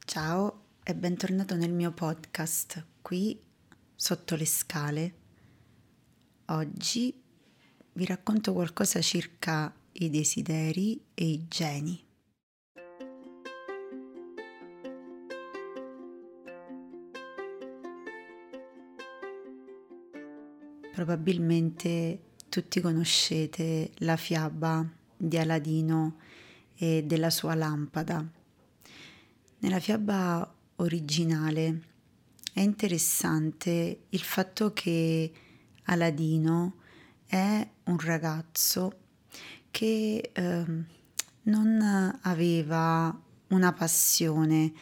Ciao e bentornato nel mio podcast, qui sotto le scale. Oggi vi racconto qualcosa circa i desideri e i geni. Probabilmente tutti conoscete la fiaba di Aladino e della sua lampada. Nella fiaba originale è interessante il fatto che Aladino è un ragazzo che non aveva una passione,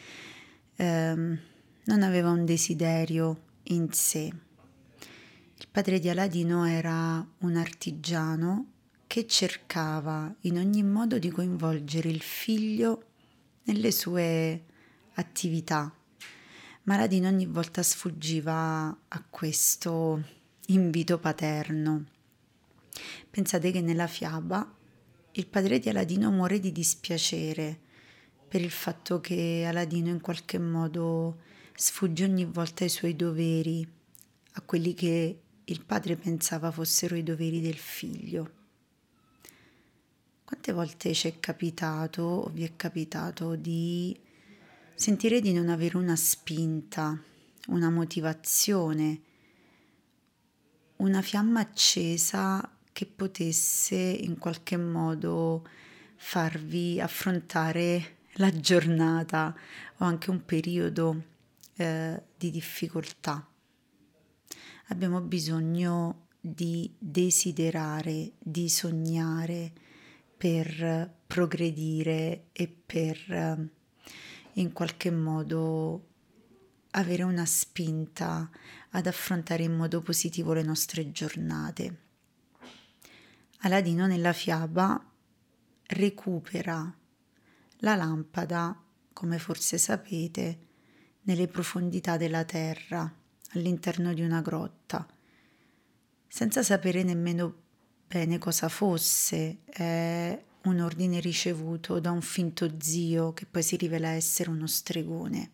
non aveva un desiderio in sé. Il padre di Aladino era un artigiano che cercava in ogni modo di coinvolgere il figlio nelle sue attività, ma Aladino ogni volta sfuggiva a questo invito paterno. Pensate che nella fiaba il padre di Aladino muore di dispiacere per il fatto che Aladino in qualche modo sfugge ogni volta ai suoi doveri, a quelli che il padre pensava fossero i doveri del figlio. Quante volte ci è capitato o vi è capitato di sentire di non avere una spinta, una motivazione, una fiamma accesa che potesse in qualche modo farvi affrontare la giornata o anche un periodo di difficoltà? Abbiamo bisogno di desiderare, di sognare per progredire e per in qualche modo avere una spinta ad affrontare in modo positivo le nostre giornate. Aladino nella fiaba recupera la lampada, come forse sapete, nelle profondità della terra, all'interno di una grotta, senza sapere nemmeno bene cosa fosse. È un ordine ricevuto da un finto zio che poi si rivela essere uno stregone.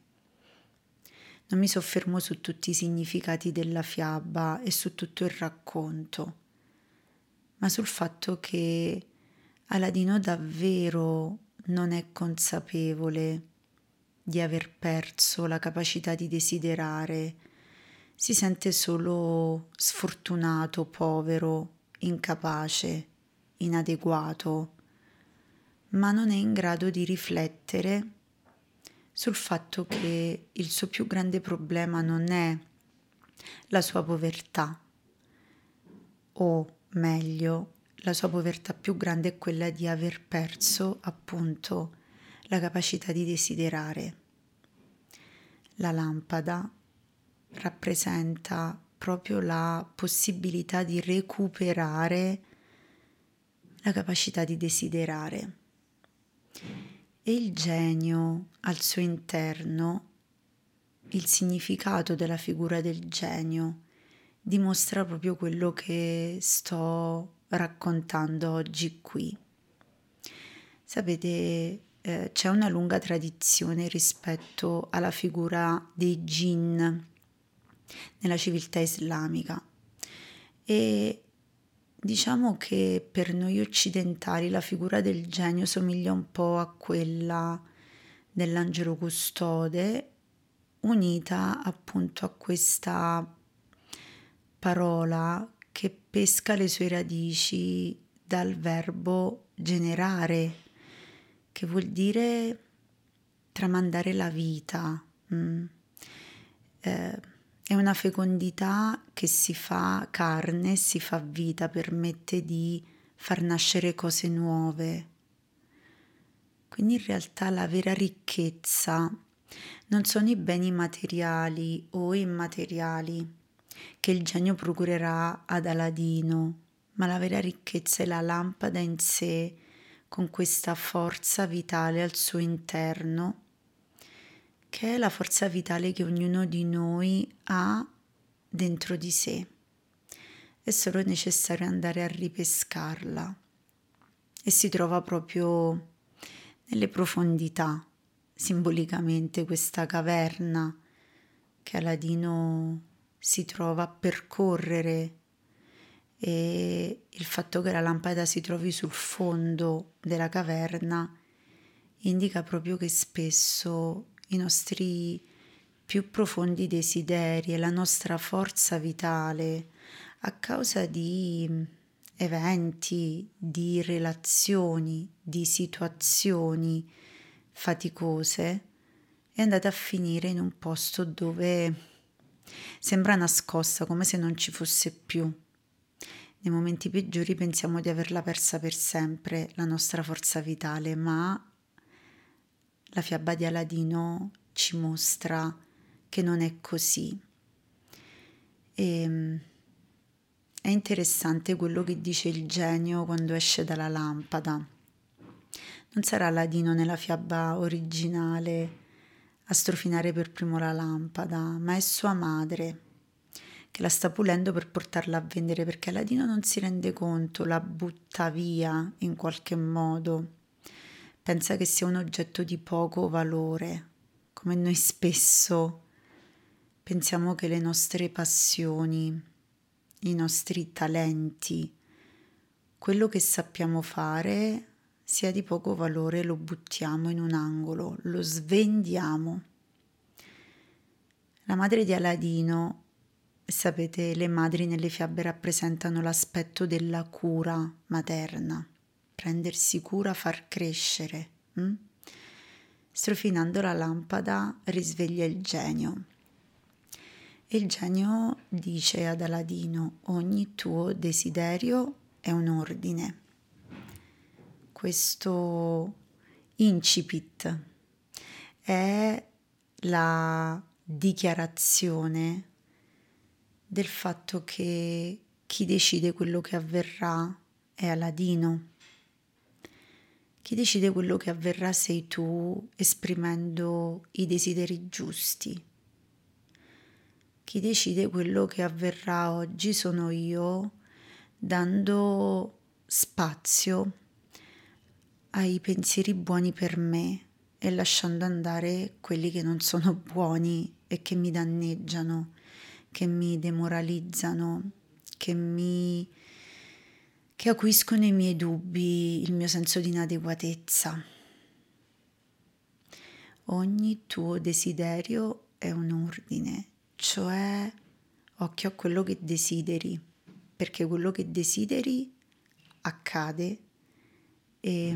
Non mi soffermo su tutti i significati della fiaba e su tutto il racconto, ma sul fatto che Aladino davvero non è consapevole di aver perso la capacità di desiderare, si sente solo sfortunato, povero, incapace, inadeguato, ma non è in grado di riflettere sul fatto che il suo più grande problema non è la sua povertà, o meglio, la sua povertà più grande è quella di aver perso appunto la capacità di desiderare. La lampada rappresenta proprio la possibilità di recuperare la capacità di desiderare. E il genio al suo interno, il significato della figura del genio, dimostra proprio quello che sto raccontando oggi qui. Sapete, c'è una lunga tradizione rispetto alla figura dei jinn nella civiltà islamica e diciamo che per noi occidentali la figura del genio somiglia un po' a quella dell'angelo custode, unita appunto a questa parola che pesca le sue radici dal verbo generare, che vuol dire tramandare la vita. È una fecondità che si fa carne, si fa vita, permette di far nascere cose nuove. Quindi in realtà la vera ricchezza non sono i beni materiali o immateriali che il genio procurerà ad Aladino, ma la vera ricchezza è la lampada in sé, con questa forza vitale al suo interno, che è la forza vitale che ognuno di noi ha dentro di sé. È solo necessario andare a ripescarla e si trova proprio nelle profondità simbolicamente questa caverna che Aladino si trova a percorrere, e il fatto che la lampada si trovi sul fondo della caverna indica proprio che spesso i nostri più profondi desideri e la nostra forza vitale, a causa di eventi, di relazioni, di situazioni faticose, è andata a finire in un posto dove sembra nascosta, come se non ci fosse più. Nei momenti peggiori pensiamo di averla persa per sempre, la nostra forza vitale, ma la fiaba di Aladino ci mostra che non è così. E è interessante quello che dice il genio quando esce dalla lampada. Non sarà Aladino nella fiaba originale a strofinare per primo la lampada, ma è sua madre che la sta pulendo per portarla a vendere, perché Aladino non si rende conto, la butta via in qualche modo. Pensa che sia un oggetto di poco valore, come noi spesso pensiamo che le nostre passioni, i nostri talenti, quello che sappiamo fare sia di poco valore, lo buttiamo in un angolo, lo svendiamo. La madre di Aladino, sapete, le madri nelle fiabe rappresentano l'aspetto della cura materna, prendersi cura, far crescere. Strofinando la lampada risveglia il genio. E il genio dice ad Aladino: ogni tuo desiderio è un ordine. Questo incipit è la dichiarazione del fatto che chi decide quello che avverrà è Aladino. Chi decide quello che avverrà sei tu, esprimendo i desideri giusti. Chi decide quello che avverrà oggi sono io, dando spazio ai pensieri buoni per me e lasciando andare quelli che non sono buoni e che mi danneggiano, che mi demoralizzano, che acuiscono i miei dubbi, il mio senso di inadeguatezza. Ogni tuo desiderio è un ordine, cioè occhio a quello che desideri, perché quello che desideri accade. E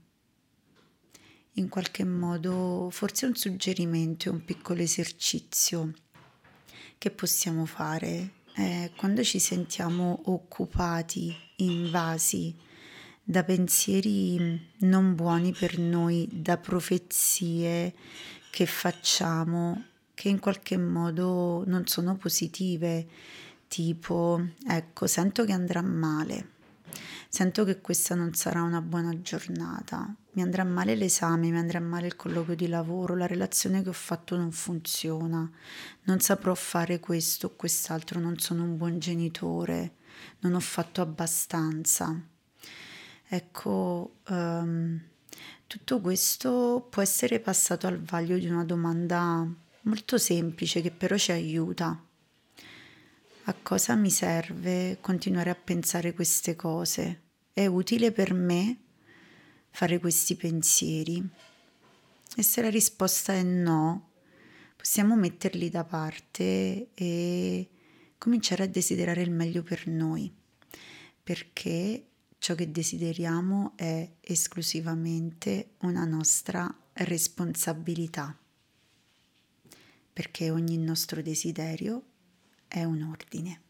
in qualche modo forse un suggerimento, un piccolo esercizio che possiamo fare quando ci sentiamo occupati, invasi da pensieri non buoni per noi, da profezie che facciamo che in qualche modo non sono positive, tipo, ecco, sento che andrà male. Sento che questa non sarà una buona giornata, mi andrà male l'esame, mi andrà male il colloquio di lavoro, la relazione che ho fatto non funziona, non saprò fare questo o quest'altro, non sono un buon genitore, non ho fatto abbastanza. Ecco, tutto questo può essere passato al vaglio di una domanda molto semplice che però ci aiuta. A cosa mi serve continuare a pensare queste cose? È utile per me fare questi pensieri? E se la risposta è no, possiamo metterli da parte e cominciare a desiderare il meglio per noi, perché ciò che desideriamo è esclusivamente una nostra responsabilità, perché ogni nostro desiderio è un ordine.